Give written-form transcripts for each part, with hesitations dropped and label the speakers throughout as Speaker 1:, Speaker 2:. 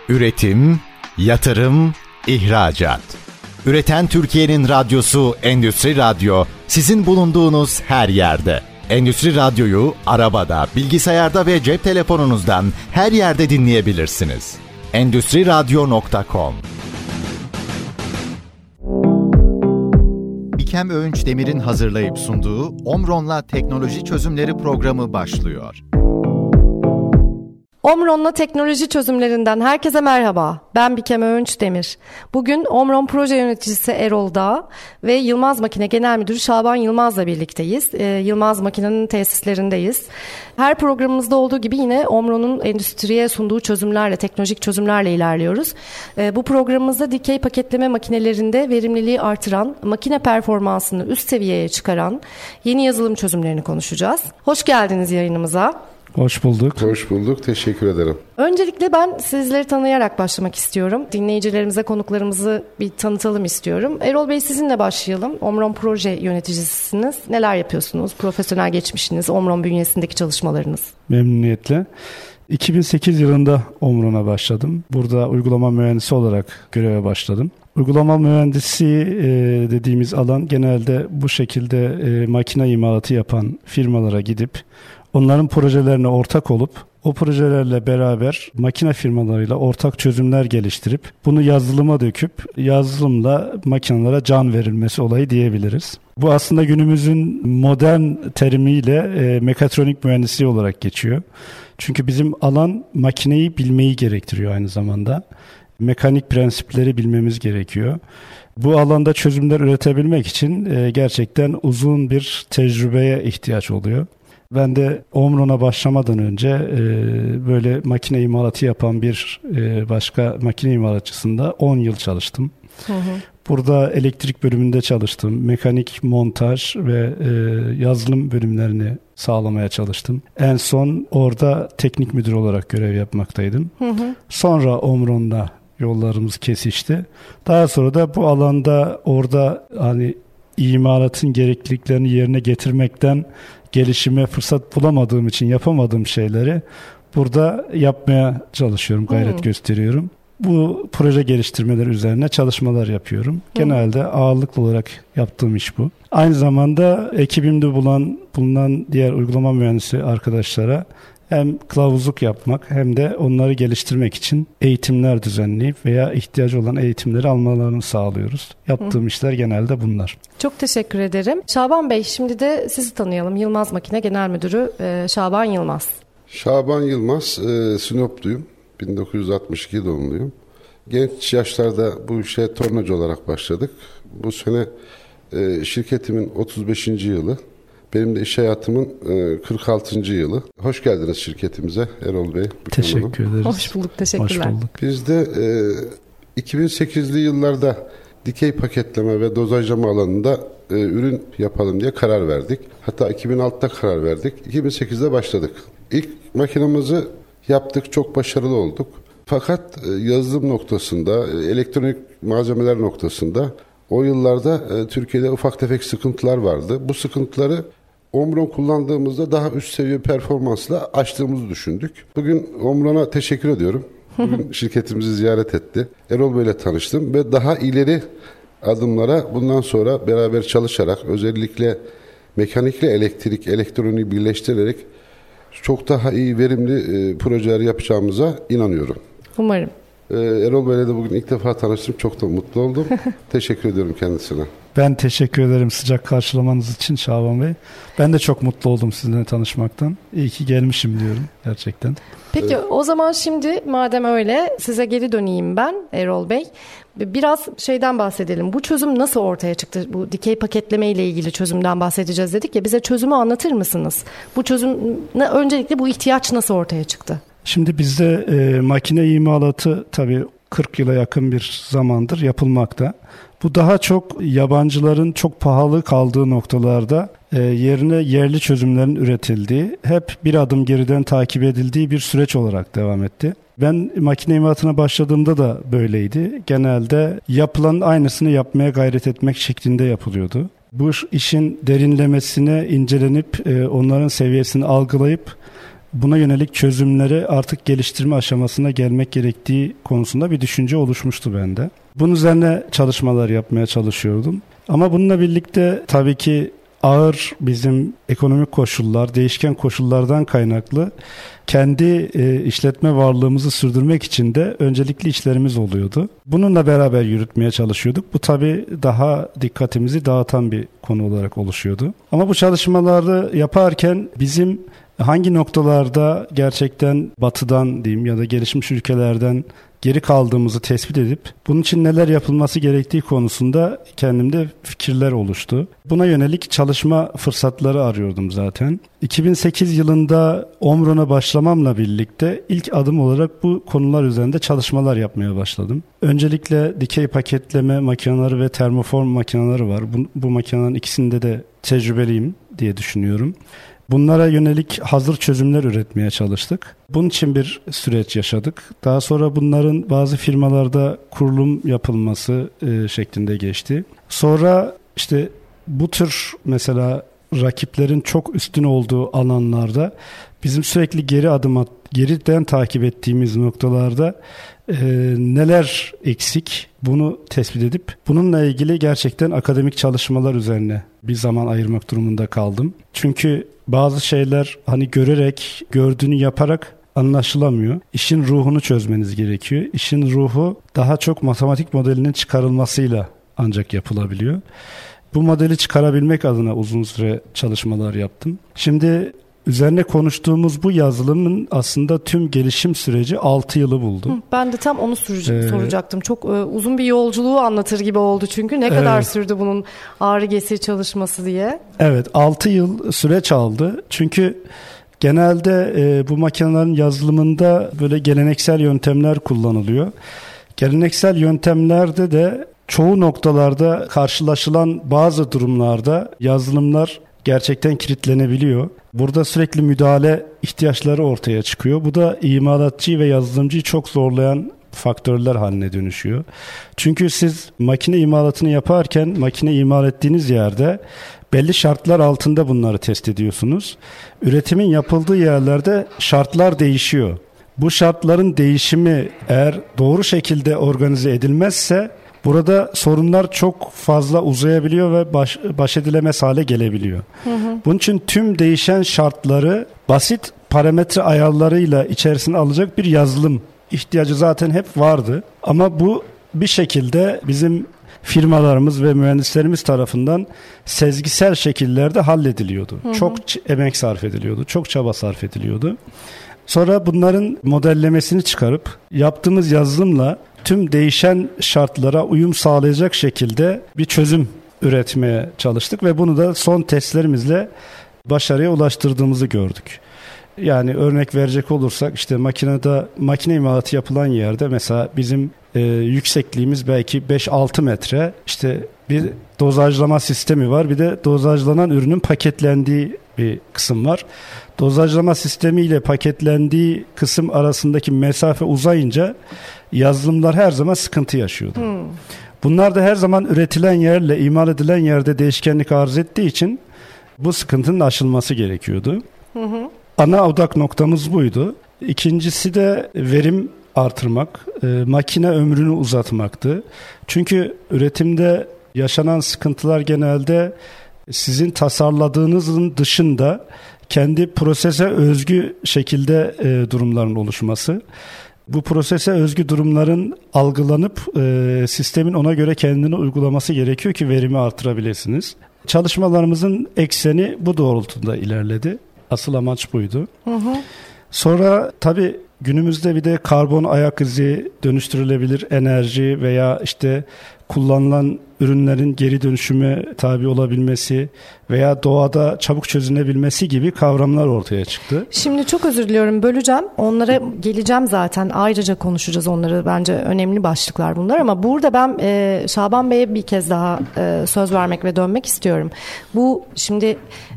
Speaker 1: Üretim, yatırım, ihracat. Üreten Türkiye'nin radyosu Endüstri Radyo, sizin bulunduğunuz her yerde. Endüstri Radyo'yu arabada, bilgisayarda ve cep telefonunuzdan her yerde dinleyebilirsiniz. Endüstriradyo.com. İlkem Öğünç Demir'in hazırlayıp sunduğu Omron'la Teknoloji Çözümleri programı başlıyor.
Speaker 2: Omron'la teknoloji çözümlerinden herkese merhaba. Ben İlkem Öğünç Demir. Bugün Omron proje yöneticisi Erol Dağ ve Yılmaz Makine Genel Müdürü Şaban Yılmaz'la birlikteyiz. Yılmaz Makine'nin tesislerindeyiz. Her programımızda olduğu gibi yine Omron'un endüstriye sunduğu çözümlerle, teknolojik çözümlerle ilerliyoruz. Bu programımızda dikey paketleme makinelerinde verimliliği artıran, makine performansını üst seviyeye çıkaran yeni yazılım çözümlerini konuşacağız. Hoş geldiniz yayınımıza.
Speaker 3: Hoş bulduk.
Speaker 4: Hoş bulduk. Teşekkür ederim.
Speaker 2: Öncelikle ben sizleri tanıyarak başlamak istiyorum. Dinleyicilerimize konuklarımızı bir tanıtalım istiyorum. Erol Bey, sizinle başlayalım. Omron proje yöneticisisiniz. Neler yapıyorsunuz? Profesyonel geçmişiniz, Omron bünyesindeki çalışmalarınız.
Speaker 3: Memnuniyetle. 2008 yılında Omron'a başladım. Burada uygulama mühendisi olarak göreve başladım. Uygulama mühendisi dediğimiz alan genelde bu şekilde makine imalatı yapan firmalara gidip onların projelerine ortak olup o projelerle beraber makine firmalarıyla ortak çözümler geliştirip bunu yazılıma döküp yazılımla makinelere can verilmesi olayı diyebiliriz. Bu aslında günümüzün modern terimiyle mekatronik mühendisliği olarak geçiyor. Çünkü bizim alan makineyi bilmeyi gerektiriyor aynı zamanda. Mekanik prensipleri bilmemiz gerekiyor. Bu alanda çözümler üretebilmek için gerçekten uzun bir tecrübeye ihtiyaç oluyor. Ben de Omron'a başlamadan önce böyle makine imalatı yapan bir başka makine imalatçısında 10 yıl çalıştım. Hı hı. Burada elektrik bölümünde çalıştım. Mekanik, montaj ve yazılım bölümlerini sağlamaya çalıştım. En son orada teknik müdür olarak görev yapmaktaydım. Hı hı. Sonra Omron'da yollarımız kesişti. Daha sonra da bu alanda orada hani imalatın gerekliliklerini yerine getirmekten gelişime fırsat bulamadığım için yapamadığım şeyleri burada yapmaya çalışıyorum, gayret gösteriyorum. Bu proje geliştirmeleri üzerine çalışmalar yapıyorum. Genelde ağırlıklı olarak yaptığım iş bu. Aynı zamanda ekibimde bulunan diğer uygulama mühendisi arkadaşlara hem kılavuzluk yapmak hem de onları geliştirmek için eğitimler düzenleyip veya ihtiyacı olan eğitimleri almalarını sağlıyoruz. Yaptığım işler genelde bunlar.
Speaker 2: Çok teşekkür ederim. Şaban Bey, şimdi de sizi tanıyalım. Yılmaz Makine Genel Müdürü Şaban Yılmaz.
Speaker 4: Şaban Yılmaz, Sinopluyum. 1962 doğumluyum. Genç yaşlarda bu işe tornacı olarak başladık. Bu sene şirketimin 35. yılı. Benim de iş hayatımın 46. yılı. Hoş geldiniz şirketimize Erol Bey.
Speaker 3: Teşekkür ederiz.
Speaker 2: Hoş bulduk, teşekkürler.
Speaker 3: Hoş bulduk.
Speaker 4: Biz de 2008'li yıllarda dikey paketleme ve dozajlama alanında ürün yapalım diye karar verdik. Hatta 2006'da karar verdik. 2008'de başladık. İlk makinemizi yaptık, çok başarılı olduk. Fakat yazılım noktasında, elektronik malzemeler noktasında o yıllarda Türkiye'de ufak tefek sıkıntılar vardı. Bu sıkıntıları Omron kullandığımızda daha üst seviye performansla aştığımızı düşündük. Bugün Omron'a teşekkür ediyorum. Bugün şirketimizi ziyaret etti. Erol Bey'le tanıştım ve daha ileri adımlara bundan sonra beraber çalışarak, özellikle mekanikle elektrik, elektroniği birleştirerek çok daha iyi, verimli projeler yapacağımıza inanıyorum.
Speaker 2: Umarım.
Speaker 4: Erol Bey'le de bugün ilk defa tanıştım. Çok da mutlu oldum. Teşekkür ediyorum kendisine.
Speaker 3: Ben teşekkür ederim sıcak karşılamanız için Şaban Bey. Ben de çok mutlu oldum sizinle tanışmaktan. İyi ki gelmişim diyorum gerçekten.
Speaker 2: Peki o zaman şimdi madem öyle size geri döneyim ben Erol Bey. Biraz şeyden bahsedelim. Bu çözüm nasıl ortaya çıktı? Bu dikey paketleme ile ilgili çözümden bahsedeceğiz dedik ya. Bize çözümü anlatır mısınız? Bu çözüm, öncelikle bu ihtiyaç nasıl ortaya çıktı?
Speaker 3: Şimdi bizde makine imalatı tabii 40 yıla yakın bir zamandır yapılmakta. Bu daha çok yabancıların çok pahalı kaldığı noktalarda yerine yerli çözümlerin üretildiği, hep bir adım geriden takip edildiği bir süreç olarak devam etti. Ben makine imalatına başladığımda da böyleydi. Genelde yapılan aynısını yapmaya gayret etmek şeklinde yapılıyordu. Bu işin derinlemesine incelenip onların seviyesini algılayıp buna yönelik çözümleri artık geliştirme aşamasına gelmek gerektiği konusunda bir düşünce oluşmuştu bende. Bunun üzerine çalışmalar yapmaya çalışıyordum. Ama bununla birlikte tabii ki ağır bizim ekonomik koşullar, değişken koşullardan kaynaklı kendi işletme varlığımızı sürdürmek için de öncelikli işlerimiz oluyordu. Bununla beraber yürütmeye çalışıyorduk. Bu tabii daha dikkatimizi dağıtan bir konu olarak oluşuyordu. Ama bu çalışmaları yaparken bizim hangi noktalarda gerçekten batıdan diyeyim ya da gelişmiş ülkelerden geri kaldığımızı tespit edip bunun için neler yapılması gerektiği konusunda kendimde fikirler oluştu. Buna yönelik çalışma fırsatları arıyordum zaten. 2008 yılında Omron'a başlamamla birlikte ilk adım olarak bu konular üzerinde çalışmalar yapmaya başladım. Öncelikle dikey paketleme makineleri ve termoform makineleri var. Bu makinelerin ikisinde de tecrübeliyim diye düşünüyorum. Bunlara yönelik hazır çözümler üretmeye çalıştık. Bunun için bir süreç yaşadık. Daha sonra bunların bazı firmalarda kurulum yapılması şeklinde geçti. Sonra işte bu tür mesela rakiplerin çok üstün olduğu alanlarda bizim sürekli geriden takip ettiğimiz noktalarda neler eksik bunu tespit edip bununla ilgili gerçekten akademik çalışmalar üzerine bir zaman ayırmak durumunda kaldım. Çünkü bazı şeyler hani görerek, gördüğünü yaparak anlaşılamıyor. İşin ruhunu çözmeniz gerekiyor. İşin ruhu daha çok matematik modelinin çıkarılmasıyla ancak yapılabiliyor. Bu modeli çıkarabilmek adına uzun süre çalışmalar yaptım. Şimdi üzerine konuştuğumuz bu yazılımın aslında tüm gelişim süreci 6 yılı buldu.
Speaker 2: Ben de tam onu soracaktım. Çok uzun bir yolculuğu anlatır gibi oldu çünkü. Ne kadar sürdü bunun Ar-Ge'si çalışması diye?
Speaker 3: Evet, 6 yıl süreç aldı. Çünkü genelde bu makinelerin yazılımında böyle geleneksel yöntemler kullanılıyor. Geleneksel yöntemlerde de çoğu noktalarda karşılaşılan bazı durumlarda yazılımlar gerçekten kilitlenebiliyor. Burada sürekli müdahale ihtiyaçları ortaya çıkıyor. Bu da imalatçıyı ve yazılımcıyı çok zorlayan faktörler haline dönüşüyor. Çünkü siz makine imalatını yaparken makine imal ettiğiniz yerde belli şartlar altında bunları test ediyorsunuz. Üretimin yapıldığı yerlerde şartlar değişiyor. Bu şartların değişimi eğer doğru şekilde organize edilmezse burada sorunlar çok fazla uzayabiliyor ve baş edilemez hale gelebiliyor. Bunun için tüm değişen şartları basit parametre ayarlarıyla içerisine alacak bir yazılım ihtiyacı zaten hep vardı. Ama bu bir şekilde bizim firmalarımız ve mühendislerimiz tarafından sezgisel şekillerde hallediliyordu. Çok emek sarf ediliyordu, çok çaba sarf ediliyordu. Sonra bunların modellemesini çıkarıp yaptığımız yazılımla tüm değişen şartlara uyum sağlayacak şekilde bir çözüm üretmeye çalıştık ve bunu da son testlerimizle başarıya ulaştırdığımızı gördük. Yani örnek verecek olursak işte makine imalatı yapılan yerde mesela bizim yüksekliğimiz belki 5-6 metre, işte bir dozajlama sistemi var, bir de dozajlanan ürünün paketlendiği bir kısım var. Dozajlama sistemiyle paketlendiği kısım arasındaki mesafe uzayınca yazılımlar her zaman sıkıntı yaşıyordu. Bunlar da her zaman üretilen yerle imal edilen yerde değişkenlik arz ettiği için bu sıkıntının aşılması gerekiyordu. Ana odak noktamız buydu. İkincisi de verim artırmak, makine ömrünü uzatmaktı. Çünkü üretimde yaşanan sıkıntılar genelde sizin tasarladığınızın dışında kendi prosese özgü şekilde durumların oluşması. Bu prosese özgü durumların algılanıp sistemin ona göre kendini uygulaması gerekiyor ki verimi artırabilirsiniz. Çalışmalarımızın ekseni bu doğrultuda ilerledi. Asıl amaç buydu. Sonra tabii günümüzde bir de karbon ayak izi, dönüştürülebilir enerji veya işte kullanılan ürünlerin geri dönüşüme tabi olabilmesi veya doğada çabuk çözünebilmesi gibi kavramlar ortaya çıktı.
Speaker 2: Şimdi çok özür diliyorum, böleceğim. Onlara geleceğim zaten. Ayrıca konuşacağız onları. Bence önemli başlıklar bunlar ama burada ben Şaban Bey'e bir kez daha söz vermek ve dönmek istiyorum. Bu şimdi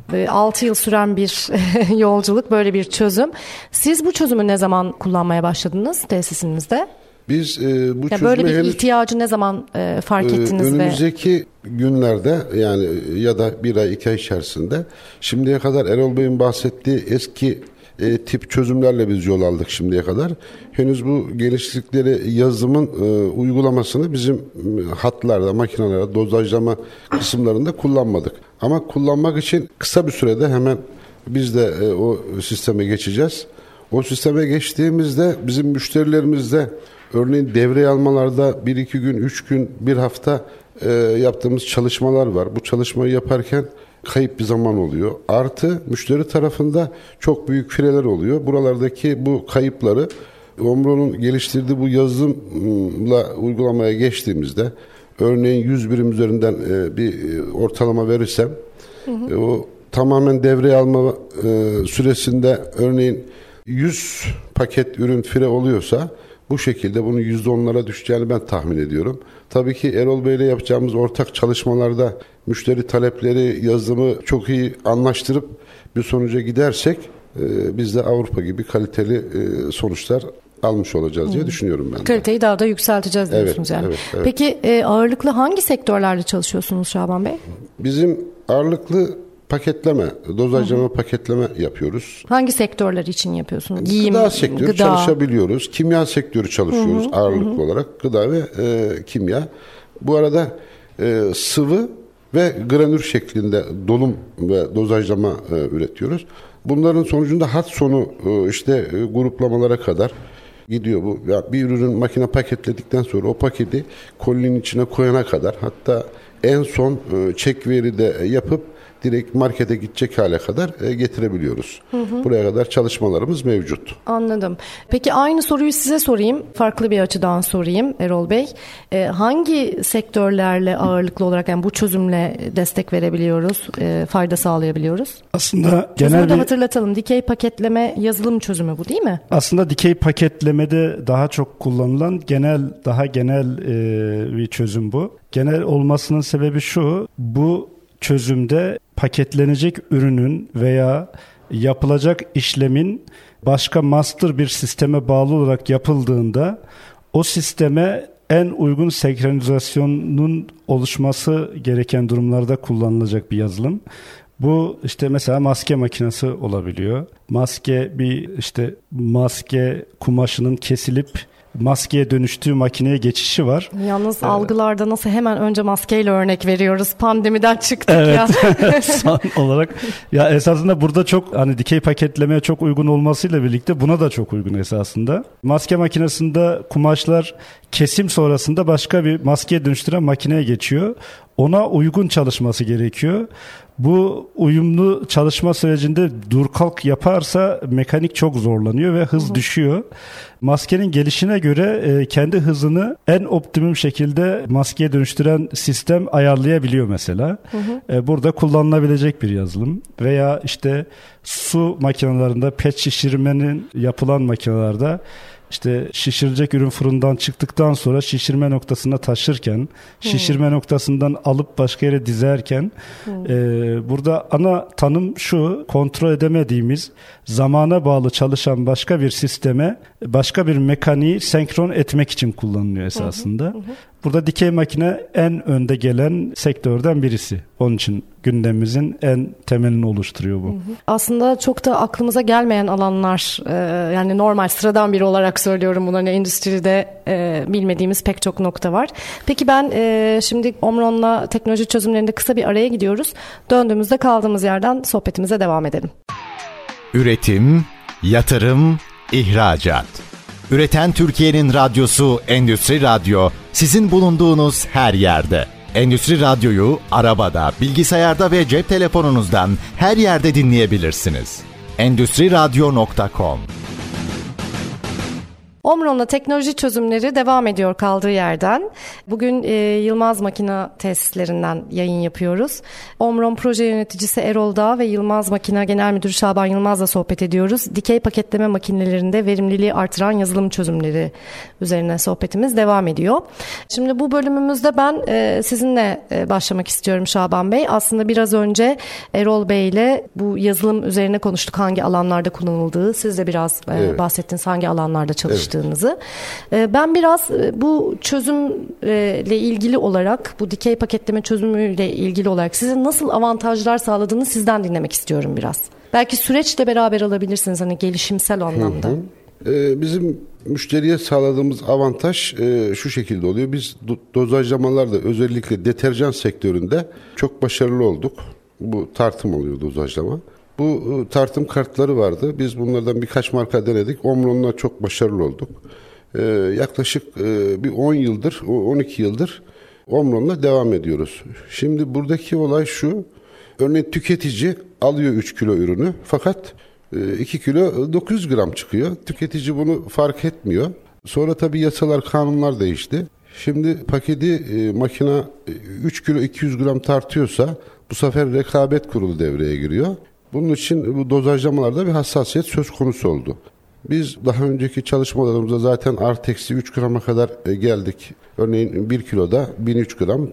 Speaker 2: 6 yıl süren bir yolculuk, böyle bir çözüm. Siz bu çözümü ne zaman kullanmaya başladınız tesisinizde?
Speaker 4: Biz bu çözüme
Speaker 2: böyle bir ihtiyacı ne zaman fark ettiniz?
Speaker 4: Önümüzdeki günlerde yani ya da bir ay 2 ay içerisinde şimdiye kadar Erol Bey'in bahsettiği eski tip çözümlerle biz yol aldık şimdiye kadar. Henüz bu geliştirdikleri yazılımın uygulamasını bizim hatlarda, makinelerde, dozajlama kısımlarında kullanmadık. Ama kullanmak için kısa bir sürede hemen biz de o sisteme geçeceğiz. O sisteme geçtiğimizde bizim müşterilerimizde örneğin devreye almalarda 1-2 gün, 3 gün, 1 hafta yaptığımız çalışmalar var. Bu çalışmayı yaparken kayıp bir zaman oluyor. Artı müşteri tarafında çok büyük fireler oluyor. Buralardaki bu kayıpları Omron'un geliştirdiği bu yazılımla uygulamaya geçtiğimizde örneğin 100 birim üzerinden bir ortalama verirsem o tamamen devreye alma süresinde örneğin 100 paket ürün fire oluyorsa bu şekilde bunun %10'lara düşeceğini ben tahmin ediyorum. Tabii ki Erol Bey ile yapacağımız ortak çalışmalarda müşteri talepleri, yazılımı çok iyi anlaştırıp bir sonuca gidersek biz de Avrupa gibi kaliteli sonuçlar almış olacağız diye düşünüyorum ben de.
Speaker 2: Kaliteyi daha da yükselteceğiz diyorsunuz yani.
Speaker 4: Evet.
Speaker 2: Peki ağırlıklı hangi sektörlerde çalışıyorsunuz Şaban Bey?
Speaker 4: Bizim ağırlıklı paketleme, dozajlama paketleme yapıyoruz.
Speaker 2: Hangi sektörler için yapıyorsunuz? Giyim,
Speaker 4: gıda sektörü çalışabiliyoruz. Kimya sektörü çalışıyoruz ağırlıklı olarak. Gıda ve kimya. Bu arada sıvı ve granül şeklinde dolum ve dozajlama üretiyoruz. Bunların sonucunda hat sonu işte gruplamalara kadar gidiyor bu. Ya bir ürün makine paketledikten sonra o paketi kolinin içine koyana kadar, hatta en son çek veri de yapıp direkt markete gidecek hale kadar getirebiliyoruz. Buraya kadar çalışmalarımız mevcut.
Speaker 2: Anladım. Peki aynı soruyu size sorayım. Farklı bir açıdan sorayım Erol Bey. Hangi sektörlerle ağırlıklı olarak yani bu çözümle destek verebiliyoruz, fayda sağlayabiliyoruz?
Speaker 3: Aslında
Speaker 2: genel bir hatırlatalım. Dikey paketleme yazılım çözümü bu değil mi?
Speaker 3: Aslında dikey paketlemede daha çok kullanılan daha genel bir çözüm bu. Genel olmasının sebebi şu: bu çözümde paketlenecek ürünün veya yapılacak işlemin başka master bir sisteme bağlı olarak yapıldığında o sisteme en uygun senkronizasyonun oluşması gereken durumlarda kullanılacak bir yazılım. Bu işte mesela maske makinesi olabiliyor. Maske kumaşının kesilip maskeye dönüştüğü makineye geçişi var.
Speaker 2: Yalnız algılarda nasıl hemen önce maskeyle örnek veriyoruz. Pandemiden çıktık ya.
Speaker 3: Son olarak ya esasında burada çok dikey paketlemeye çok uygun olmasıyla birlikte buna da çok uygun esasında. Maske makinesinde kumaşlar kesim sonrasında başka bir maskeye dönüştüren makineye geçiyor. Ona uygun çalışması gerekiyor. Bu uyumlu çalışma sürecinde dur kalk yaparsa mekanik çok zorlanıyor ve hız düşüyor. Maskenin gelişine göre kendi hızını en optimum şekilde maskeye dönüştüren sistem ayarlayabiliyor mesela. Burada kullanılabilecek bir yazılım. Veya işte su makinelerinde pet şişirmenin yapılan makinelerde şişirilecek ürün fırından çıktıktan sonra şişirme noktasına taşırken, şişirme noktasından alıp başka yere dizerken burada ana tanım şu: kontrol edemediğimiz, zamana bağlı çalışan başka bir sisteme, başka bir mekaniği senkron etmek için kullanılıyor esasında. Burada dikey makine en önde gelen sektörden birisi. Onun için gündemimizin en temelini oluşturuyor bu.
Speaker 2: Aslında çok da aklımıza gelmeyen alanlar, yani normal sıradan biri olarak söylüyorum bunu, endüstride bilmediğimiz pek çok nokta var. Peki ben şimdi Omron'la teknoloji çözümlerinde kısa bir araya gidiyoruz. Döndüğümüzde kaldığımız yerden sohbetimize devam edelim.
Speaker 1: Üretim, yatırım, ihracat. Üreten Türkiye'nin radyosu Endüstri Radyo, sizin bulunduğunuz her yerde. Endüstri Radyo'yu arabada, bilgisayarda ve cep telefonunuzdan her yerde dinleyebilirsiniz. Endüstriradyo.com.
Speaker 2: Omron'la teknoloji çözümleri devam ediyor kaldığı yerden. Bugün Yılmaz Makina testlerinden yayın yapıyoruz. Omron proje yöneticisi Erol Dağ ve Yılmaz Makina Genel Müdürü Şaban Yılmaz'la sohbet ediyoruz. Dikey paketleme makinelerinde verimliliği artıran yazılım çözümleri üzerine sohbetimiz devam ediyor. Şimdi bu bölümümüzde ben sizinle başlamak istiyorum Şaban Bey. Aslında biraz önce Erol Bey ile bu yazılım üzerine konuştuk. Hangi alanlarda kullanıldığı. Siz de biraz bahsettiniz hangi alanlarda çalıştığınızı. çalıştığınızı. Ben biraz bu çözümle ilgili olarak, bu dikey paketleme çözümüyle ilgili olarak size nasıl avantajlar sağladığını sizden dinlemek istiyorum biraz. Belki süreçle beraber alabilirsiniz hani gelişimsel anlamda.
Speaker 4: Bizim müşteriye sağladığımız avantaj şu şekilde oluyor. Biz dozajlamalarda özellikle deterjan sektöründe çok başarılı olduk. Bu tartım oluyor dozajlama. Bu tartım kartları vardı. Biz bunlardan birkaç marka denedik. Omron'la çok başarılı olduk. Yaklaşık bir 10 yıldır, 12 yıldır Omron'la devam ediyoruz. Şimdi buradaki olay şu. Örneğin tüketici alıyor 3 kilo ürünü fakat 2 kilo 900 gram çıkıyor. Tüketici bunu fark etmiyor. Sonra tabii yasalar, kanunlar değişti. Şimdi paketi makine 3 kilo 200 gram tartıyorsa bu sefer rekabet kurulu devreye giriyor. Bunun için bu dozajlamalarda bir hassasiyet söz konusu oldu. Biz daha önceki çalışmalarımızda zaten artı 3 grama kadar geldik. Örneğin 1 kiloda 1003 gram,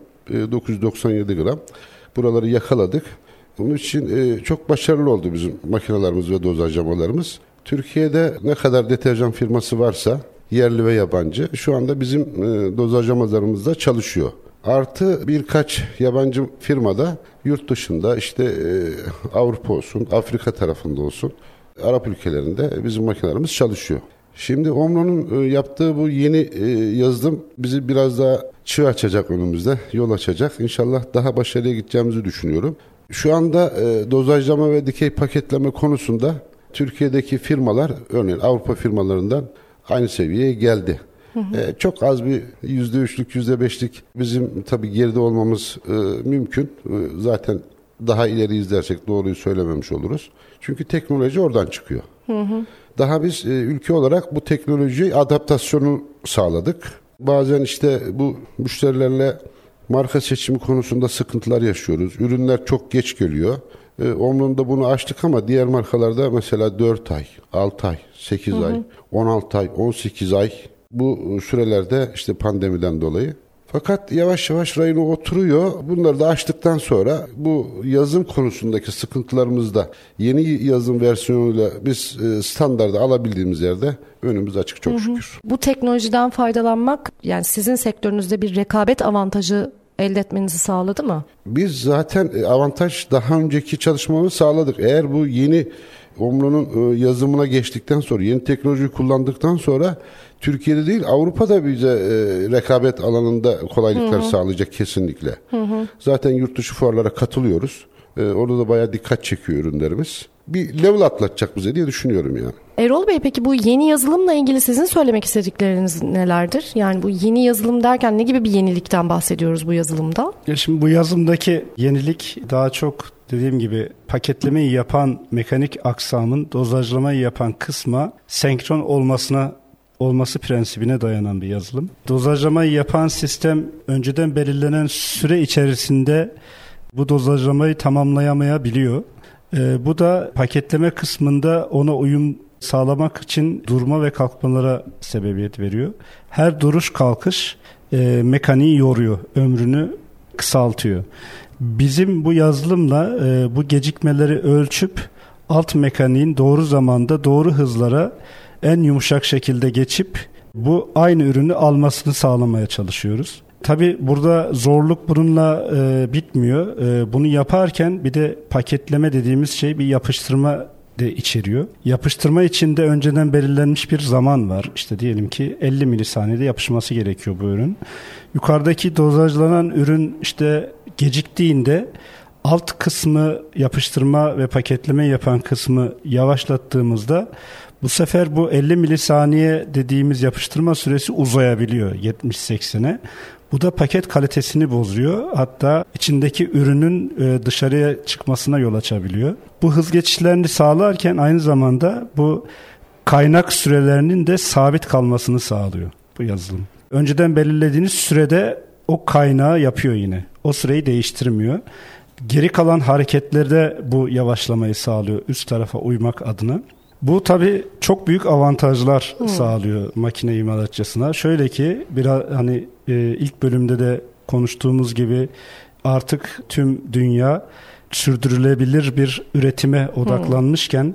Speaker 4: 997 gram. Buraları yakaladık. Bunun için çok başarılı oldu bizim makinelerimiz ve dozajlamalarımız. Türkiye'de ne kadar deterjan firması varsa yerli ve yabancı şu anda bizim dozajlamalarımızda çalışıyor. Artı birkaç yabancı firmada yurt dışında işte Avrupa olsun, Afrika tarafında olsun, Arap ülkelerinde bizim makinelerimiz çalışıyor. Şimdi Omron'un yaptığı bu yeni yazılım bizi biraz daha çığ açacak önümüzde, yol açacak. İnşallah daha başarıya gideceğimizi düşünüyorum. Şu anda dozajlama ve dikey paketleme konusunda Türkiye'deki firmalar, örneğin Avrupa firmalarından aynı seviyeye geldi. Çok az bir %3'lük, %5'lik bizim tabii geride olmamız mümkün. Zaten daha ileri izlersek doğruyu söylememiş oluruz. Çünkü teknoloji oradan çıkıyor. Daha biz ülke olarak bu teknolojiye adaptasyonu sağladık. Bazen işte bu müşterilerle marka seçimi konusunda sıkıntılar yaşıyoruz. Ürünler çok geç geliyor. Omron'da bunu açtık ama diğer markalarda mesela 4 ay, 6 ay, 8 ay, 16 ay, 18 ay bu sürelerde işte pandemiden dolayı. Fakat yavaş yavaş rayına oturuyor. Bunları da açtıktan sonra bu yazım konusundaki sıkıntılarımızda yeni yazım versiyonuyla biz standarda alabildiğimiz yerde önümüz açık çok şükür.
Speaker 2: Bu teknolojiden faydalanmak yani sizin sektörünüzde bir rekabet avantajı elde etmenizi sağladı mı?
Speaker 4: Biz zaten avantaj daha önceki çalışmamızı sağladık. Eğer bu yeni Omron'un yazımına geçtikten sonra, yeni teknolojiyi kullandıktan sonra Türkiye'de değil Avrupa'da bize rekabet alanında kolaylıklar sağlayacak kesinlikle. Zaten yurt dışı fuarlara katılıyoruz. Orada da bayağı dikkat çekiyor ürünlerimiz. Bir level atlatacak bize diye düşünüyorum yani.
Speaker 2: Erol Bey peki bu yeni yazılımla ilgili sizin söylemek istedikleriniz nelerdir? Yani bu yeni yazılım derken ne gibi bir yenilikten bahsediyoruz bu yazılımda?
Speaker 3: Şimdi bu yazılımdaki yenilik daha çok dediğim gibi paketlemeyi yapan mekanik aksamın dozajlamayı yapan kısma senkron olması prensibine dayanan bir yazılım. Dozajlamayı yapan sistem önceden belirlenen süre içerisinde bu dozajlamayı tamamlayamayabiliyor. Bu da paketleme kısmında ona uyum sağlamak için durma ve kalkmalara sebebiyet veriyor. Her duruş kalkış mekaniği yoruyor, ömrünü kısaltıyor. Bizim bu yazılımla bu gecikmeleri ölçüp alt mekaniğin doğru zamanda doğru hızlara en yumuşak şekilde geçip bu aynı ürünü almasını sağlamaya çalışıyoruz. Tabii burada zorluk bununla bitmiyor. Bunu yaparken bir de paketleme dediğimiz şey bir yapıştırma de içeriyor. Yapıştırma için de önceden belirlenmiş bir zaman var. İşte diyelim ki 50 milisaniyede yapışması gerekiyor bu ürün. Yukarıdaki dozajlanan ürün işte geciktiğinde alt kısmı yapıştırma ve paketleme yapan kısmı yavaşlattığımızda bu sefer bu 50 milisaniye dediğimiz yapıştırma süresi uzayabiliyor 70-80'e. Bu da paket kalitesini bozuyor. Hatta içindeki ürünün dışarıya çıkmasına yol açabiliyor. Bu hız geçişlerini sağlarken aynı zamanda bu kaynak sürelerinin de sabit kalmasını sağlıyor bu yazılım. Önceden belirlediğiniz sürede o kaynağı yapıyor yine. O süreyi değiştirmiyor. Geri kalan hareketlerde bu yavaşlamayı sağlıyor üst tarafa uymak adına. Bu tabii çok büyük avantajlar sağlıyor makine imalatçısına. Şöyle ki biraz hani ilk bölümde de konuştuğumuz gibi artık tüm dünya sürdürülebilir bir üretime odaklanmışken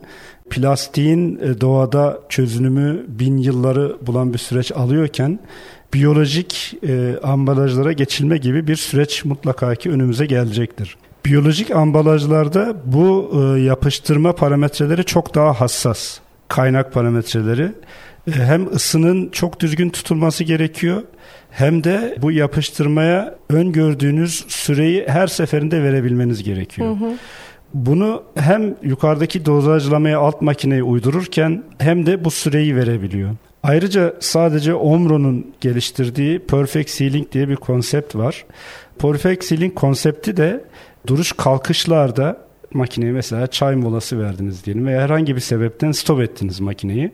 Speaker 3: plastiğin doğada çözünümü 1000 yılları bulan bir süreç alıyorken biyolojik ambalajlara geçilme gibi bir süreç mutlaka ki önümüze gelecektir. Biyolojik ambalajlarda bu yapıştırma parametreleri çok daha hassas. Kaynak parametreleri. Hem ısının çok düzgün tutulması gerekiyor, hem de bu yapıştırmaya öngördüğünüz süreyi her seferinde verebilmeniz gerekiyor. Bunu hem yukarıdaki dozajlamaya alt makineyi uydururken hem de bu süreyi verebiliyor. Ayrıca sadece Omron'un geliştirdiği Perfect Sealing diye bir konsept var. Perfect Sealing konsepti de duruş kalkışlarda makineye mesela çay molası verdiniz diyelim veya herhangi bir sebepten stop ettiniz makineyi.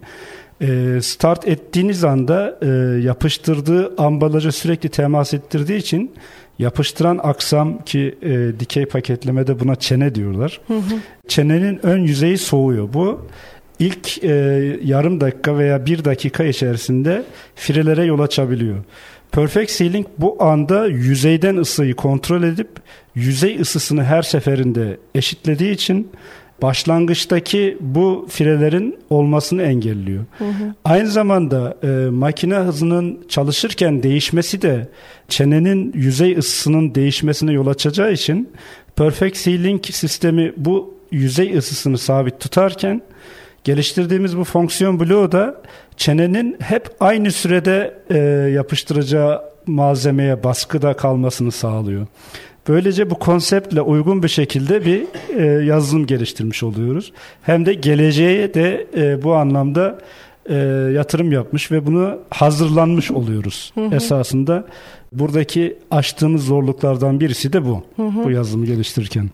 Speaker 3: Start ettiğiniz anda yapıştırdığı ambalaja sürekli temas ettirdiği için yapıştıran aksam ki dikey paketlemede buna çene diyorlar. Çenenin ön yüzeyi soğuyor. Bu ilk yarım dakika veya 1 dakika içerisinde firelere yol açabiliyor. Perfect Sealing bu anda yüzeyden ısıyı kontrol edip yüzey ısısını her seferinde eşitlediği için başlangıçtaki bu firelerin olmasını engelliyor. Aynı zamanda makine hızının çalışırken değişmesi de çenenin yüzey ısısının değişmesine yol açacağı için Perfect Sealing sistemi bu yüzey ısısını sabit tutarken geliştirdiğimiz bu fonksiyon bloğu da çenenin hep aynı sürede yapıştıracağı malzemeye baskıda kalmasını sağlıyor. Böylece bu konseptle uygun bir şekilde bir yazılım geliştirmiş oluyoruz. Hem de geleceğe de bu anlamda yatırım yapmış ve bunu hazırlanmış oluyoruz. Esasında buradaki aştığımız zorluklardan birisi de bu. Bu yazılımı geliştirirken.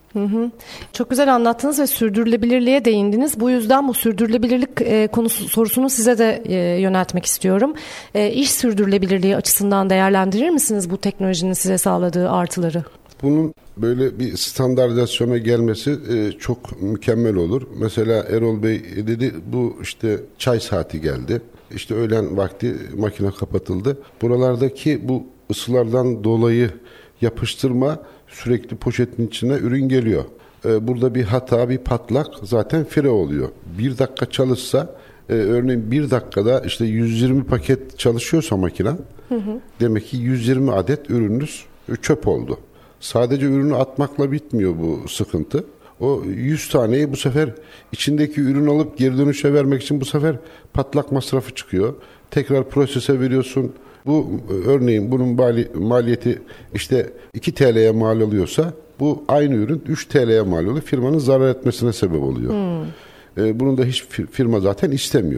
Speaker 2: Çok güzel anlattınız ve sürdürülebilirliğe değindiniz. Bu yüzden bu sürdürülebilirlik sorusunu size de yöneltmek istiyorum. İş sürdürülebilirliği açısından değerlendirir misiniz bu teknolojinin size sağladığı artıları?
Speaker 4: Bunun böyle bir standartizasyona gelmesi çok mükemmel olur. Mesela Erol Bey dedi, bu işte çay saati geldi. İşte öğlen vakti makine kapatıldı. Buralardaki bu ısılardan dolayı yapıştırma sürekli poşetin içine ürün geliyor. Burada bir hata, bir patlak zaten fire oluyor. 1 dakika çalışsa, örneğin 1 dakikada işte 120 paket çalışıyorsa makine, demek ki 120 adet ürününüz çöp oldu. Sadece ürünü atmakla bitmiyor bu sıkıntı. O 100 taneyi bu sefer içindeki ürün alıp geri dönüşe vermek için bu sefer patlak masrafı çıkıyor. Tekrar prosese veriyorsun. Bu örneğin bunun maliyeti işte 2 TL'ye mal oluyorsa bu aynı ürün 3 TL'ye mal oluyor. Firmanın zarar etmesine sebep oluyor. Bunu da hiç firma zaten istemiyor.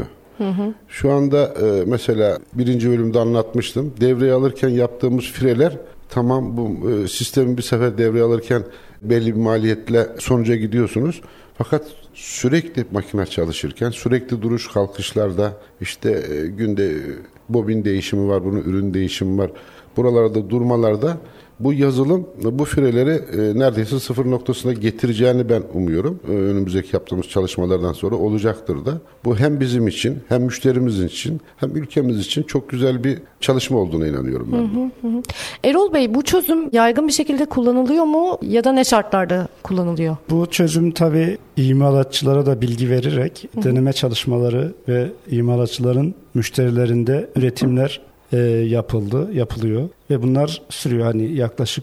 Speaker 4: Şu anda mesela 1. bölümde anlatmıştım. Devreye alırken yaptığımız fireler, tamam, bu sistemi bir sefer devreye alırken belli bir maliyetle sonuca gidiyorsunuz. Fakat sürekli makine çalışırken, sürekli duruş kalkışlarda işte günde bobin değişimi var, bunun ürün değişimi var. Buralarda durmalarda bu yazılım bu fireleri neredeyse sıfır noktasına getireceğini ben umuyorum. Önümüzdeki yaptığımız çalışmalardan sonra olacaktır da. Bu hem bizim için, hem müşterimiz için, hem ülkemiz için çok güzel bir çalışma olduğuna inanıyorum ben.
Speaker 2: Erol Bey, bu çözüm yaygın bir şekilde kullanılıyor mu ya da ne şartlarda kullanılıyor?
Speaker 3: Bu çözüm tabii imalatçılara da bilgi vererek deneme çalışmaları ve imalatçıların müşterilerinde üretimler yapılıyor ve bunlar sürüyor. Hani yaklaşık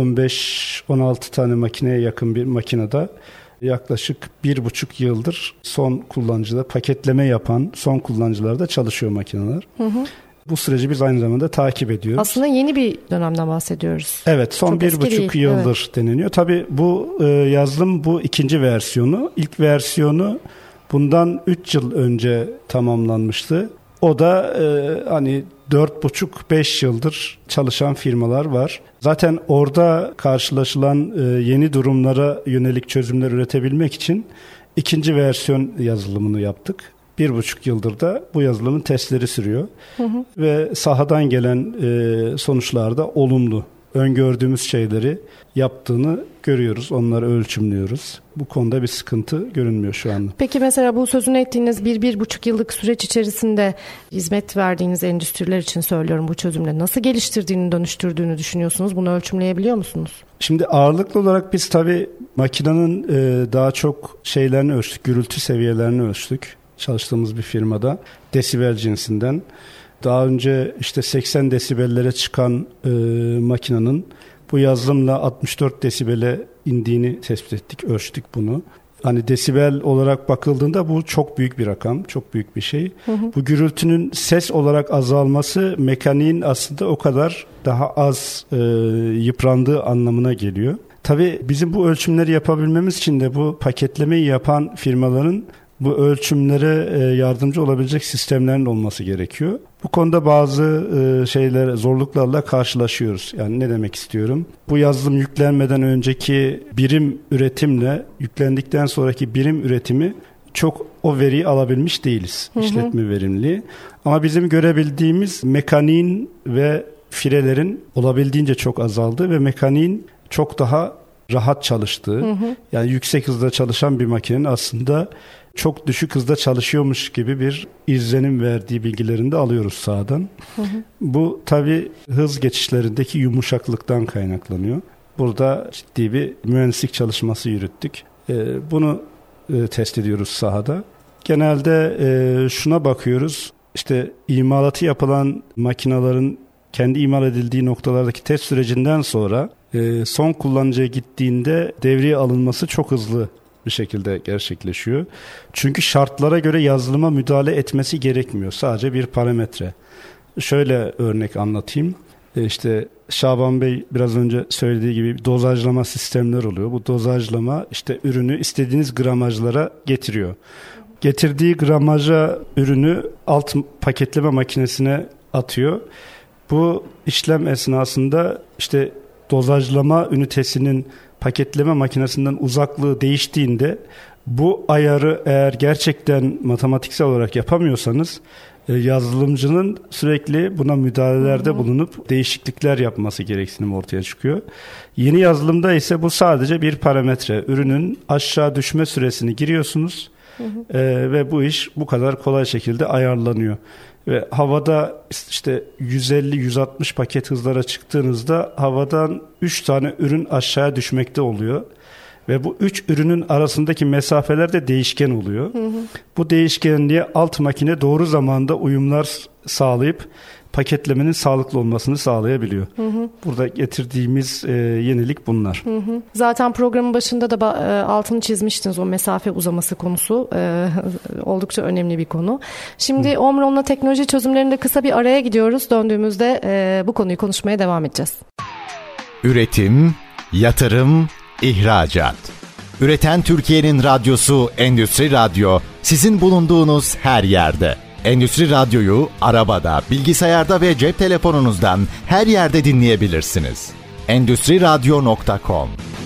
Speaker 3: 15-16 tane makineye yakın bir makinede yaklaşık 1,5 yıldır son kullanıcıda paketleme yapan son kullanıcılarda çalışıyor makineler. Bu süreci biz aynı zamanda takip ediyoruz.
Speaker 2: Aslında yeni bir dönemden bahsediyoruz.
Speaker 3: Evet, son 1,5 yıldır deneniyor. Tabii bu yazılım bu 2. versiyonu. İlk versiyonu bundan 3 yıl önce tamamlanmıştı. O da hani 4,5-5 yıldır çalışan firmalar var. Zaten orada karşılaşılan yeni durumlara yönelik çözümler üretebilmek için 2. versiyon yazılımını yaptık. 1,5 yıldır da bu yazılımın testleri sürüyor. Ve sahadan gelen sonuçlar da olumlu. öngördüğümüz şeyleri yaptığını görüyoruz. Onları ölçümlüyoruz. Bu konuda bir sıkıntı görünmüyor şu anda.
Speaker 2: Peki mesela bu sözünü ettiğiniz 1-1,5 yıllık süreç içerisinde hizmet verdiğiniz endüstriler için söylüyorum, bu çözümle nasıl geliştirdiğini, dönüştürdüğünü düşünüyorsunuz? Bunu ölçümleyebiliyor musunuz?
Speaker 3: Şimdi ağırlıklı olarak biz tabii makinenin daha çok şeylerini ölçtük, gürültü seviyelerini ölçtük. Çalıştığımız bir firmada desibel cinsinden. Daha önce işte 80 desibellere çıkan makinenin bu yazılımla 64 desibele indiğini tespit ettik, ölçtük bunu. Hani desibel olarak bakıldığında bu çok büyük bir rakam, çok büyük bir şey. Bu gürültünün ses olarak azalması mekaniğin aslında o kadar daha az yıprandığı anlamına geliyor. Tabii bizim bu ölçümleri yapabilmemiz için de bu paketlemeyi yapan firmaların bu ölçümlere yardımcı olabilecek sistemlerin olması gerekiyor. Bu konuda bazı zorluklarla karşılaşıyoruz. Yani ne demek istiyorum? Bu yazılım yüklenmeden önceki birim üretimle yüklendikten sonraki birim üretimi çok o veriyi alabilmiş değiliz. İşletme verimliliği. Ama bizim görebildiğimiz mekaniğin ve firelerin olabildiğince çok azaldığı ve mekaniğin çok daha rahat çalıştığı, yani yüksek hızda çalışan bir makinenin aslında çok düşük hızda çalışıyormuş gibi bir izlenim verdiği bilgilerini de alıyoruz sahadan. Bu tabii hız geçişlerindeki yumuşaklıktan kaynaklanıyor. Burada ciddi bir mühendislik çalışması yürüttük. Bunu test ediyoruz sahada. Genelde şuna bakıyoruz. İşte imalatı yapılan makinelerin kendi imal edildiği noktalardaki test sürecinden sonra son kullanıcıya gittiğinde devreye alınması çok hızlı bir şekilde gerçekleşiyor. Çünkü şartlara göre yazılıma müdahale etmesi gerekmiyor. Sadece bir parametre. Şöyle örnek anlatayım. İşte Şaban Bey biraz önce söylediği gibi dozajlama sistemler oluyor. Bu dozajlama işte ürünü istediğiniz gramajlara getiriyor. Getirdiği gramaja ürünü alt paketleme makinesine atıyor. Bu işlem esnasında işte dozajlama ünitesinin paketleme makinesinden uzaklığı değiştiğinde bu ayarı eğer gerçekten matematiksel olarak yapamıyorsanız yazılımcının sürekli buna müdahalelerde bulunup değişiklikler yapması gereksinimi ortaya çıkıyor. Yeni yazılımda ise bu sadece bir parametre. Ürünün aşağı düşme süresini giriyorsunuz ve bu iş bu kadar kolay şekilde ayarlanıyor. Ve havada işte 150-160 paket hızlara çıktığınızda havadan 3 tane ürün aşağıya düşmekte oluyor. Ve bu 3 ürünün arasındaki mesafeler de değişken oluyor. Bu değişkenliğe alt makine doğru zamanda uyumlar sağlayıp paketlemenin sağlıklı olmasını sağlayabiliyor. Burada getirdiğimiz yenilik bunlar.
Speaker 2: Zaten programın başında da altını çizmiştiniz, o mesafe uzaması konusu. Oldukça önemli bir konu. Şimdi Omron'la teknoloji çözümlerinde kısa bir araya gidiyoruz. Döndüğümüzde bu konuyu konuşmaya devam edeceğiz.
Speaker 1: Üretim, yatırım, ihracat. Üreten Türkiye'nin radyosu Endüstri Radyo, sizin bulunduğunuz her yerde. Endüstri Radyo'yu arabada, bilgisayarda ve cep telefonunuzdan her yerde dinleyebilirsiniz. Endüstriradyo.com.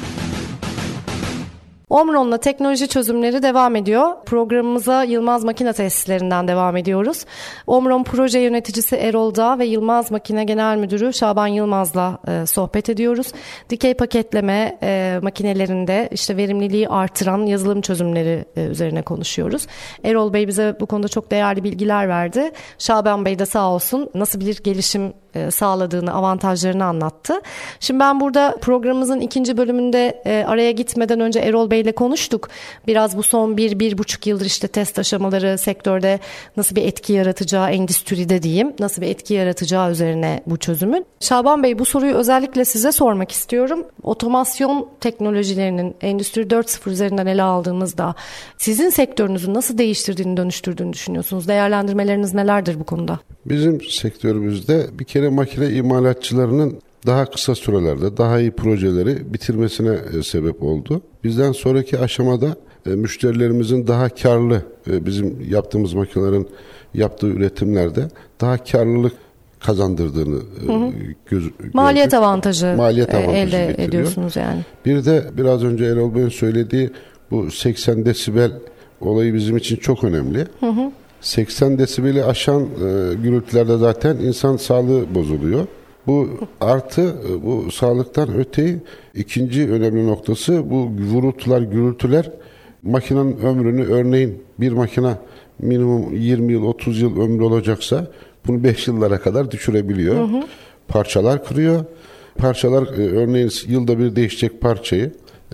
Speaker 2: Omron'la teknoloji çözümleri devam ediyor. Programımıza Yılmaz Makine Tesislerinden devam ediyoruz. Omron proje yöneticisi Erol Dağ ve Yılmaz Makine Genel Müdürü Şaban Yılmaz'la sohbet ediyoruz. Dikey paketleme makinelerinde işte verimliliği artıran yazılım çözümleri üzerine konuşuyoruz. Erol Bey bize bu konuda çok değerli bilgiler verdi. Şaban Bey de sağ olsun nasıl bir gelişim sağladığını, avantajlarını anlattı. Şimdi ben burada programımızın ikinci bölümünde araya gitmeden önce Erol Bey'le konuştuk. Biraz bu son 1-1,5 yıldır işte test aşamaları, sektörde nasıl bir etki yaratacağı, endüstride diyeyim, nasıl bir etki yaratacağı üzerine bu çözümün. Şaban Bey, bu soruyu özellikle size sormak istiyorum. Otomasyon teknolojilerinin Endüstri 4.0 üzerinden ele aldığımızda sizin sektörünüzü nasıl değiştirdiğini, dönüştürdüğünü düşünüyorsunuz? Değerlendirmeleriniz nelerdir bu konuda?
Speaker 4: Bizim sektörümüzde bir kere makine imalatçılarının daha kısa sürelerde daha iyi projeleri bitirmesine sebep oldu. Bizden sonraki aşamada müşterilerimizin daha karlı, bizim yaptığımız makinelerin yaptığı üretimlerde daha karlılık kazandırdığını
Speaker 2: maliyet
Speaker 4: gördük.
Speaker 2: avantajı elde
Speaker 4: getiriyor.
Speaker 2: Ediyorsunuz yani.
Speaker 4: Bir de biraz önce Erol Bey'in söylediği bu 80 desibel olayı bizim için çok önemli. 80 desibeli aşan gürültülerde zaten insan sağlığı bozuluyor. Bu artı, bu sağlıktan öteyi ikinci önemli noktası bu vurultular, gürültüler makinenin ömrünü, örneğin bir makine minimum 20 yıl, 30 yıl ömrü olacaksa bunu 5 yıllara kadar düşürebiliyor. Parçalar kırıyor. Parçalar örneğin yılda bir değişecek parçayı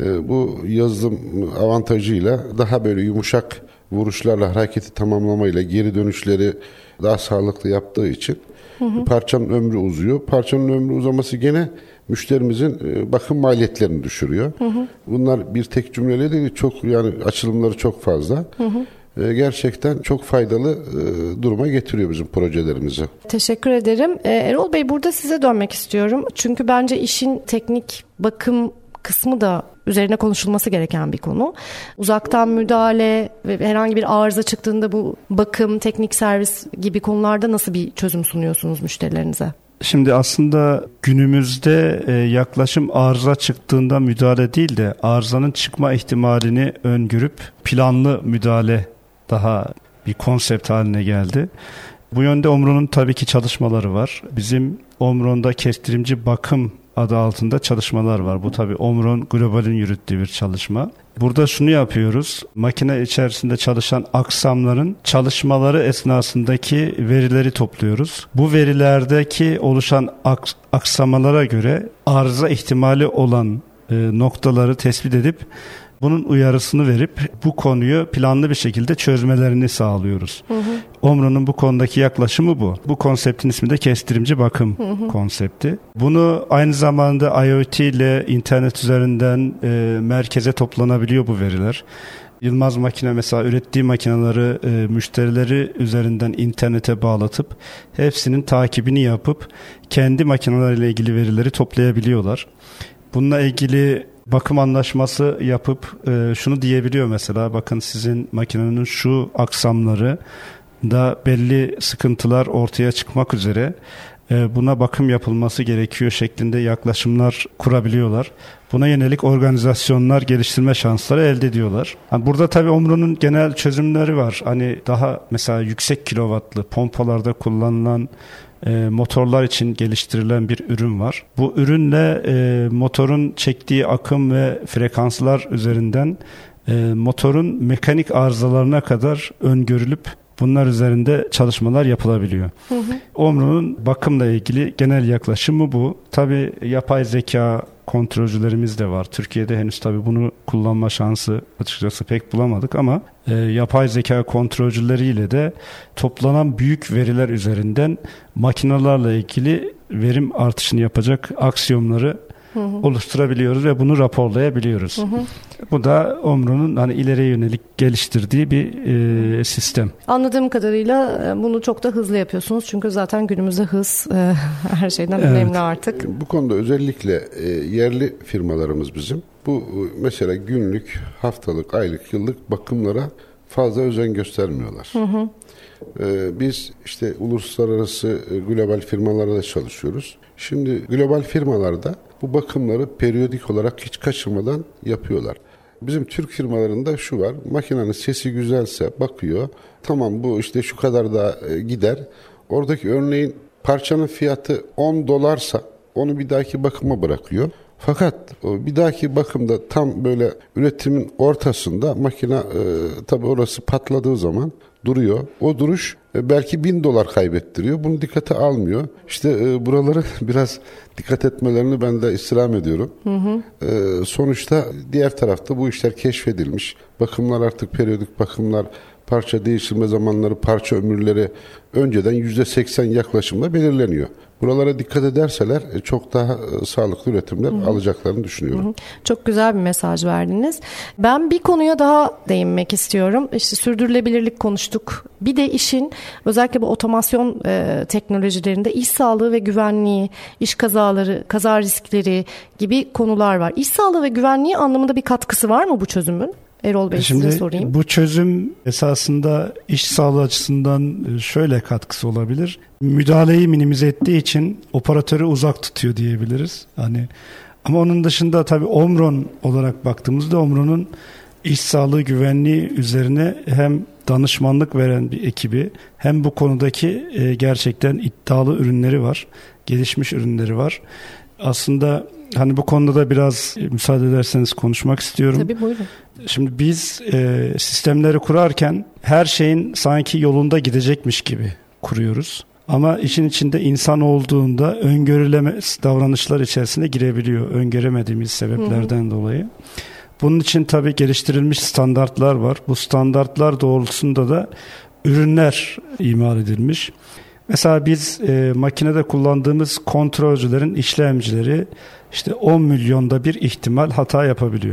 Speaker 4: bu yazılım avantajıyla daha böyle yumuşak vuruşlarla hareketi tamamlamayla geri dönüşleri daha sağlıklı yaptığı için parçanın ömrü uzuyor. Parçanın ömrü uzaması gene müşterimizin bakım maliyetlerini düşürüyor. Bunlar bir tek cümleyle değil, çok yani açılımları çok fazla. Gerçekten çok faydalı duruma getiriyor bizim projelerimizi.
Speaker 2: Teşekkür ederim. Erol Bey, burada size dönmek istiyorum. Çünkü bence işin teknik bakım kısmı da üzerine konuşulması gereken bir konu. Uzaktan müdahale ve herhangi bir arıza çıktığında bu bakım, teknik servis gibi konularda nasıl bir çözüm sunuyorsunuz müşterilerinize?
Speaker 3: Şimdi aslında günümüzde yaklaşım arıza çıktığında müdahale değil de arızanın çıkma ihtimalini öngörüp planlı müdahale daha bir konsept haline geldi. Bu yönde Omron'un tabii ki çalışmaları var. Bizim Omron'da kestirimci bakım adı altında çalışmalar var. Bu tabii Omron Global'in yürüttüğü bir çalışma. Burada şunu yapıyoruz. Makine içerisinde çalışan aksamların çalışmaları esnasındaki verileri topluyoruz. Bu verilerdeki oluşan aksamalara göre arıza ihtimali olan noktaları tespit edip bunun uyarısını verip bu konuyu planlı bir şekilde çözmelerini sağlıyoruz. Omron'un bu konudaki yaklaşımı bu. Bu konseptin ismi de kestirimci bakım konsepti. Bunu aynı zamanda IoT ile internet üzerinden merkeze toplanabiliyor bu veriler. Yılmaz Makine mesela ürettiği makineleri müşterileri üzerinden internete bağlatıp hepsinin takibini yapıp kendi makineleriyle ilgili verileri toplayabiliyorlar. Bununla ilgili bakım anlaşması yapıp şunu diyebiliyor mesela, bakın sizin makinenin şu aksamları da belli sıkıntılar ortaya çıkmak üzere, buna bakım yapılması gerekiyor şeklinde yaklaşımlar kurabiliyorlar. Buna yönelik organizasyonlar geliştirme şansları elde ediyorlar. Burada tabii Omron'un genel çözümleri var. Hani daha mesela yüksek kilovatlı pompalarda kullanılan motorlar için geliştirilen bir ürün var. Bu ürünle motorun çektiği akım ve frekanslar üzerinden motorun mekanik arızalarına kadar öngörülüp bunlar üzerinde çalışmalar yapılabiliyor. Omron'un bakımla ilgili genel yaklaşımı bu. Tabii yapay zeka kontrolcülerimiz de var. Türkiye'de henüz tabii bunu kullanma şansı açıkçası pek bulamadık ama yapay zeka kontrolcüleriyle de toplanan büyük veriler üzerinden makinelerle ilgili verim artışını yapacak aksiyonları oluşturabiliyoruz ve bunu raporlayabiliyoruz. Bu da Omron'un hani ileriye yönelik geliştirdiği bir sistem.
Speaker 2: Anladığım kadarıyla bunu çok da hızlı yapıyorsunuz. Çünkü zaten günümüzde hız her şeyden önemli artık.
Speaker 4: Bu konuda özellikle yerli firmalarımız bizim. Bu mesela günlük, haftalık, aylık, yıllık bakımlara fazla özen göstermiyorlar. Biz işte uluslararası global firmalarla da çalışıyoruz. Şimdi global firmalarda bu bakımları periyodik olarak hiç kaçırmadan yapıyorlar. Bizim Türk firmalarında şu var, makinenin sesi güzelse bakıyor, tamam bu işte şu kadar da gider. Oradaki örneğin parçanın fiyatı $10'sa onu bir dahaki bakıma bırakıyor. Fakat bir dahaki bakımda tam böyle üretimin ortasında makine tabii orası patladığı zaman duruyor. O duruş belki $1000 kaybettiriyor. Bunu dikkate almıyor. İşte buraları biraz dikkat etmelerini ben de istirham ediyorum. Sonuçta diğer tarafta bu işler keşfedilmiş. Bakımlar artık periyodik bakımlar, parça değiştirme zamanları, parça ömürleri önceden %80 yaklaşımla belirleniyor. Buralara dikkat ederseler çok daha sağlıklı üretimler alacaklarını düşünüyorum.
Speaker 2: Çok güzel bir mesaj verdiniz. Ben bir konuya daha değinmek istiyorum. İşte sürdürülebilirlik konuştuk. Bir de işin özellikle bu otomasyon teknolojilerinde iş sağlığı ve güvenliği, iş kazaları, kaza riskleri gibi konular var. İş sağlığı ve güvenliği anlamında bir katkısı var mı bu çözümün? Erol Bey, size sorayım.
Speaker 3: Bu çözüm esasında iş sağlığı açısından şöyle katkısı olabilir. Müdahaleyi minimize ettiği için operatörü uzak tutuyor diyebiliriz. Ama onun dışında tabii Omron olarak baktığımızda Omron'un iş sağlığı güvenliği üzerine hem danışmanlık veren bir ekibi, hem bu konudaki gerçekten iddialı ürünleri var, gelişmiş ürünleri var. Aslında hani bu konuda da biraz müsaade ederseniz konuşmak istiyorum.
Speaker 2: Tabii, buyurun.
Speaker 3: Şimdi biz sistemleri kurarken her şeyin sanki yolunda gidecekmiş gibi kuruyoruz. Ama işin içinde insan olduğunda öngörülemez davranışlar içerisine girebiliyor. Öngöremediğimiz sebeplerden dolayı. Bunun için tabii geliştirilmiş standartlar var. Bu standartlar doğrultusunda da ürünler imal edilmiş. Mesela biz makinede kullandığımız kontrolcülerin işlemcileri işte 10 milyonda bir ihtimal hata yapabiliyor.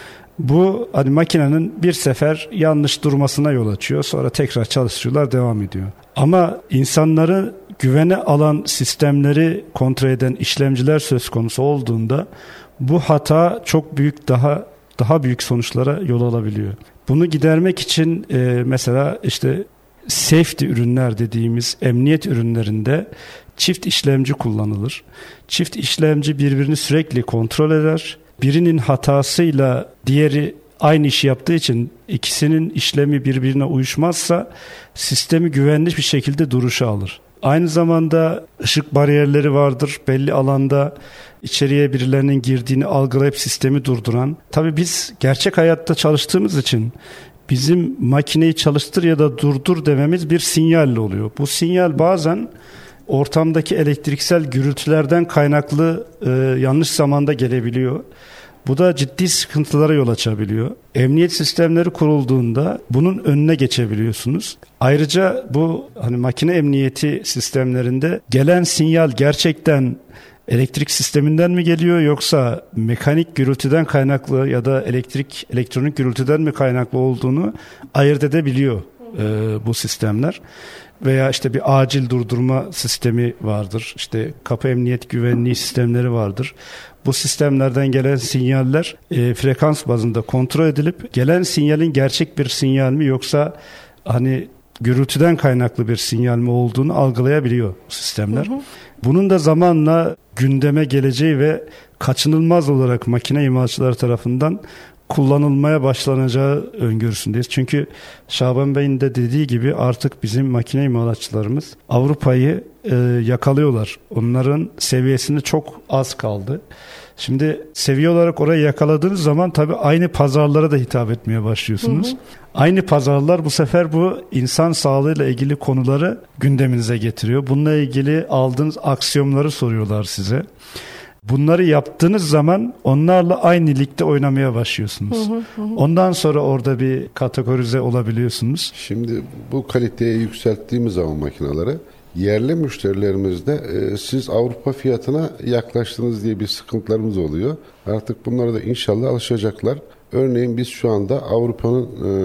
Speaker 3: Bu hani makinenin bir sefer yanlış durmasına yol açıyor. Sonra tekrar çalıştırıyorlar, devam ediyor. Ama insanları güvene alan sistemleri kontrol eden işlemciler söz konusu olduğunda bu hata çok büyük, daha büyük sonuçlara yol alabiliyor. Bunu gidermek için mesela işte safety ürünler dediğimiz emniyet ürünlerinde çift işlemci kullanılır. Çift işlemci birbirini sürekli kontrol eder. Birinin hatasıyla diğeri aynı işi yaptığı için ikisinin işlemi birbirine uyuşmazsa sistemi güvenli bir şekilde duruşa alır. Aynı zamanda ışık bariyerleri vardır. Belli alanda içeriye birilerinin girdiğini algılayıp sistemi durduran. Tabii biz gerçek hayatta çalıştığımız için bizim makineyi çalıştır ya da durdur dememiz bir sinyalle oluyor. Bu sinyal bazen ortamdaki elektriksel gürültülerden kaynaklı yanlış zamanda gelebiliyor. Bu da ciddi sıkıntılara yol açabiliyor. Emniyet sistemleri kurulduğunda bunun önüne geçebiliyorsunuz. Ayrıca bu hani makine emniyeti sistemlerinde gelen sinyal gerçekten elektrik sisteminden mi geliyor yoksa mekanik gürültüden kaynaklı ya da elektronik gürültüden mi kaynaklı olduğunu ayırt edebiliyor bu sistemler. Veya işte bir acil durdurma sistemi vardır. İşte kapı emniyet güvenliği sistemleri vardır. Bu sistemlerden gelen sinyaller frekans bazında kontrol edilip gelen sinyalin gerçek bir sinyal mi yoksa hani gürültüden kaynaklı bir sinyal mi olduğunu algılayabiliyor bu sistemler. Bunun da zamanla gündeme geleceği ve kaçınılmaz olarak makine imalatçıları tarafından kullanılmaya başlanacağı öngörüsündeyiz. Çünkü Şaban Bey'in de dediği gibi artık bizim makine imalatçılarımız Avrupa'yı yakalıyorlar. Onların seviyesinde çok az kaldı. Şimdi seviye olarak orayı yakaladığınız zaman tabii aynı pazarlara da hitap etmeye başlıyorsunuz. Aynı pazarlar bu sefer bu insan sağlığıyla ilgili konuları gündeminize getiriyor. Bununla ilgili aldığınız aksiyonları soruyorlar size. Bunları yaptığınız zaman onlarla aynı ligde oynamaya başlıyorsunuz. Ondan sonra orada bir kategorize olabiliyorsunuz.
Speaker 4: Şimdi bu kaliteyi yükselttiğimiz zaman makineleri yerli müşterilerimizde siz Avrupa fiyatına yaklaştınız diye bir sıkıntılarımız oluyor. Artık bunlara da inşallah alışacaklar. Örneğin biz şu anda Avrupa'nın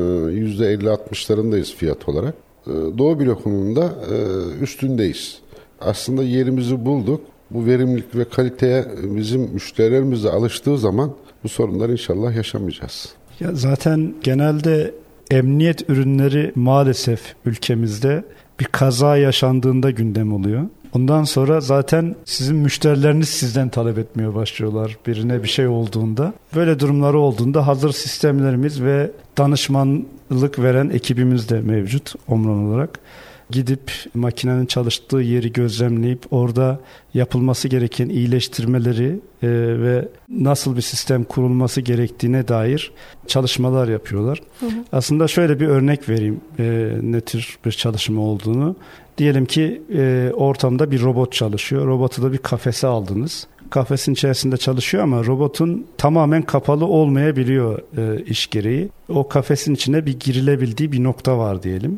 Speaker 4: %50-60'larındayız fiyat olarak. Doğu blokunun da üstündeyiz. Aslında yerimizi bulduk. Bu verimlilik ve kaliteye bizim müşterilerimiz de alıştığı zaman bu sorunları inşallah yaşamayacağız.
Speaker 3: Ya zaten genelde emniyet ürünleri maalesef ülkemizde bir kaza yaşandığında gündem oluyor. Ondan sonra zaten sizin müşterileriniz sizden talep etmeye başlıyorlar birine bir şey olduğunda. Böyle durumları olduğunda hazır sistemlerimiz ve danışmanlık veren ekibimiz de mevcut Omron olarak. Gidip makinenin çalıştığı yeri gözlemleyip orada yapılması gereken iyileştirmeleri ve nasıl bir sistem kurulması gerektiğine dair çalışmalar yapıyorlar. Aslında şöyle bir örnek vereyim ne tür bir çalışma olduğunu. Diyelim ki ortamda bir robot çalışıyor. Robotu da bir kafese aldınız. Kafesin içerisinde çalışıyor ama robotun tamamen kapalı olmayabiliyor iş gereği. O kafesin içine bir girilebildiği bir nokta var diyelim.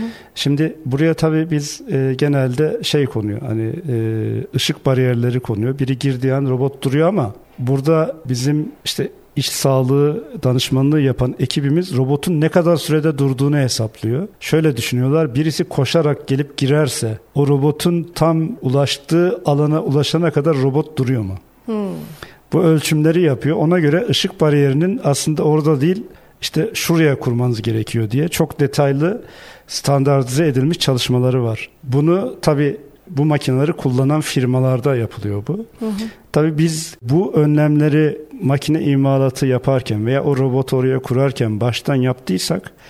Speaker 3: Şimdi buraya tabii biz genelde şey konuyor hani ışık bariyerleri konuyor. Biri girdiği an robot duruyor ama burada bizim işte iş sağlığı danışmanlığı yapan ekibimiz robotun ne kadar sürede durduğunu hesaplıyor. Şöyle düşünüyorlar, birisi koşarak gelip girerse o robotun tam ulaştığı alana ulaşana kadar robot duruyor mu? Bu ölçümleri yapıyor. Ona göre ışık bariyerinin aslında orada değil işte şuraya kurmanız gerekiyor diye çok detaylı standartize edilmiş çalışmaları var. Bunu tabii bu makineleri kullanan firmalarda yapılıyor bu. Tabii biz bu önlemleri makine imalatı yaparken veya o robotu oraya kurarken baştan yaptıysak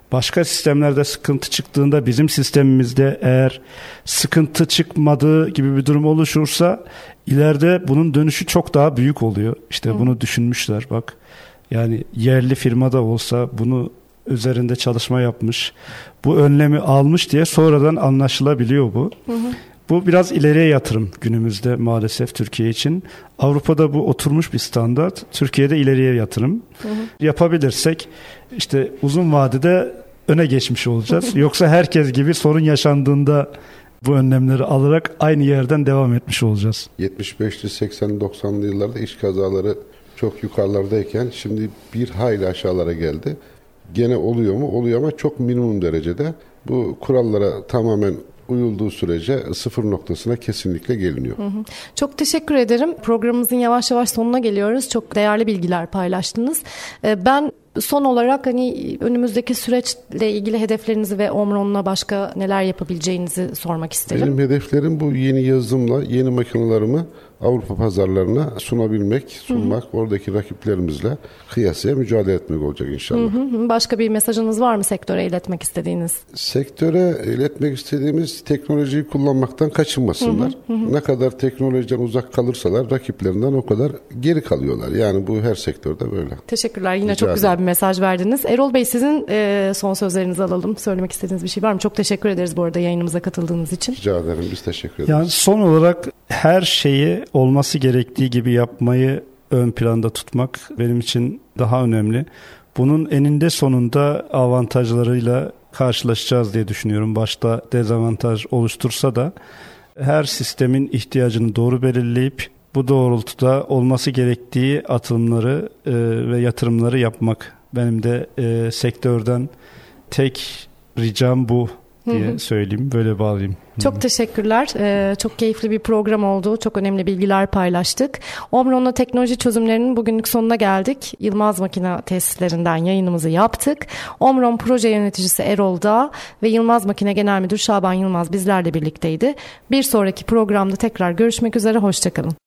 Speaker 3: başka sistemlerde sıkıntı çıktığında bizim sistemimizde eğer sıkıntı çıkmadığı gibi bir durum oluşursa ileride bunun dönüşü çok daha büyük oluyor. İşte bunu düşünmüşler bak. Yani yerli firmada olsa bunu üzerinde çalışma yapmış, bu önlemi almış diye sonradan anlaşılabiliyor bu. Bu biraz ileriye yatırım günümüzde maalesef Türkiye için. Avrupa'da bu oturmuş bir standart. Türkiye'de ileriye yatırım. Yapabilirsek işte uzun vadede öne geçmiş olacağız. Yoksa herkes gibi sorun yaşandığında bu önlemleri alarak aynı yerden devam etmiş olacağız.
Speaker 4: 75'li, 80'li, 90'lı yıllarda iş kazaları çok yukarılardayken şimdi bir hayli aşağılara geldi. Gene oluyor mu? Oluyor ama çok minimum derecede. Bu kurallara tamamen uyulduğu sürece sıfır noktasına kesinlikle geliniyor.
Speaker 2: Çok teşekkür ederim. Programımızın yavaş yavaş sonuna geliyoruz. Çok değerli bilgiler paylaştınız. Ben son olarak hani önümüzdeki süreçle ilgili hedeflerinizi ve Omron'la başka neler yapabileceğinizi sormak isterim.
Speaker 4: Benim hedeflerim bu yeni yazılımla yeni makinelerimi Avrupa pazarlarına sunmak, oradaki rakiplerimizle kıyasıya mücadele etmek olacak inşallah.
Speaker 2: Başka bir mesajınız var mı sektöre iletmek istediğiniz?
Speaker 4: Sektöre iletmek istediğimiz teknolojiyi kullanmaktan kaçınmasınlar. Ne kadar teknolojiden uzak kalırsalar rakiplerinden o kadar geri kalıyorlar. Yani bu her sektörde böyle.
Speaker 2: Teşekkürler. Yine çok güzel bir mesaj verdiniz. Erol Bey sizin son sözlerinizi alalım. Söylemek istediğiniz bir şey var mı? Çok teşekkür ederiz bu arada yayınımıza katıldığınız için.
Speaker 4: Rica ederim. Biz teşekkür ederiz.
Speaker 3: Yani son olarak her şeyi olması gerektiği gibi yapmayı ön planda tutmak benim için daha önemli. Bunun eninde sonunda avantajlarıyla karşılaşacağız diye düşünüyorum. Başta dezavantaj oluştursa da her sistemin ihtiyacını doğru belirleyip bu doğrultuda olması gerektiği atılımları ve yatırımları yapmak. Benim de sektörden tek ricam bu diye söyleyeyim, böyle bağlayayım.
Speaker 2: Çok teşekkürler. Çok keyifli bir program oldu. Çok önemli bilgiler paylaştık. Omron'la teknoloji çözümlerinin bugünlük sonuna geldik. Yılmaz Makine tesislerinden yayınımızı yaptık. Omron proje yöneticisi Erol Dağ ve Yılmaz Makine Genel Müdürü Şaban Yılmaz bizlerle birlikteydi. Bir sonraki programda tekrar görüşmek üzere. Hoşça kalın.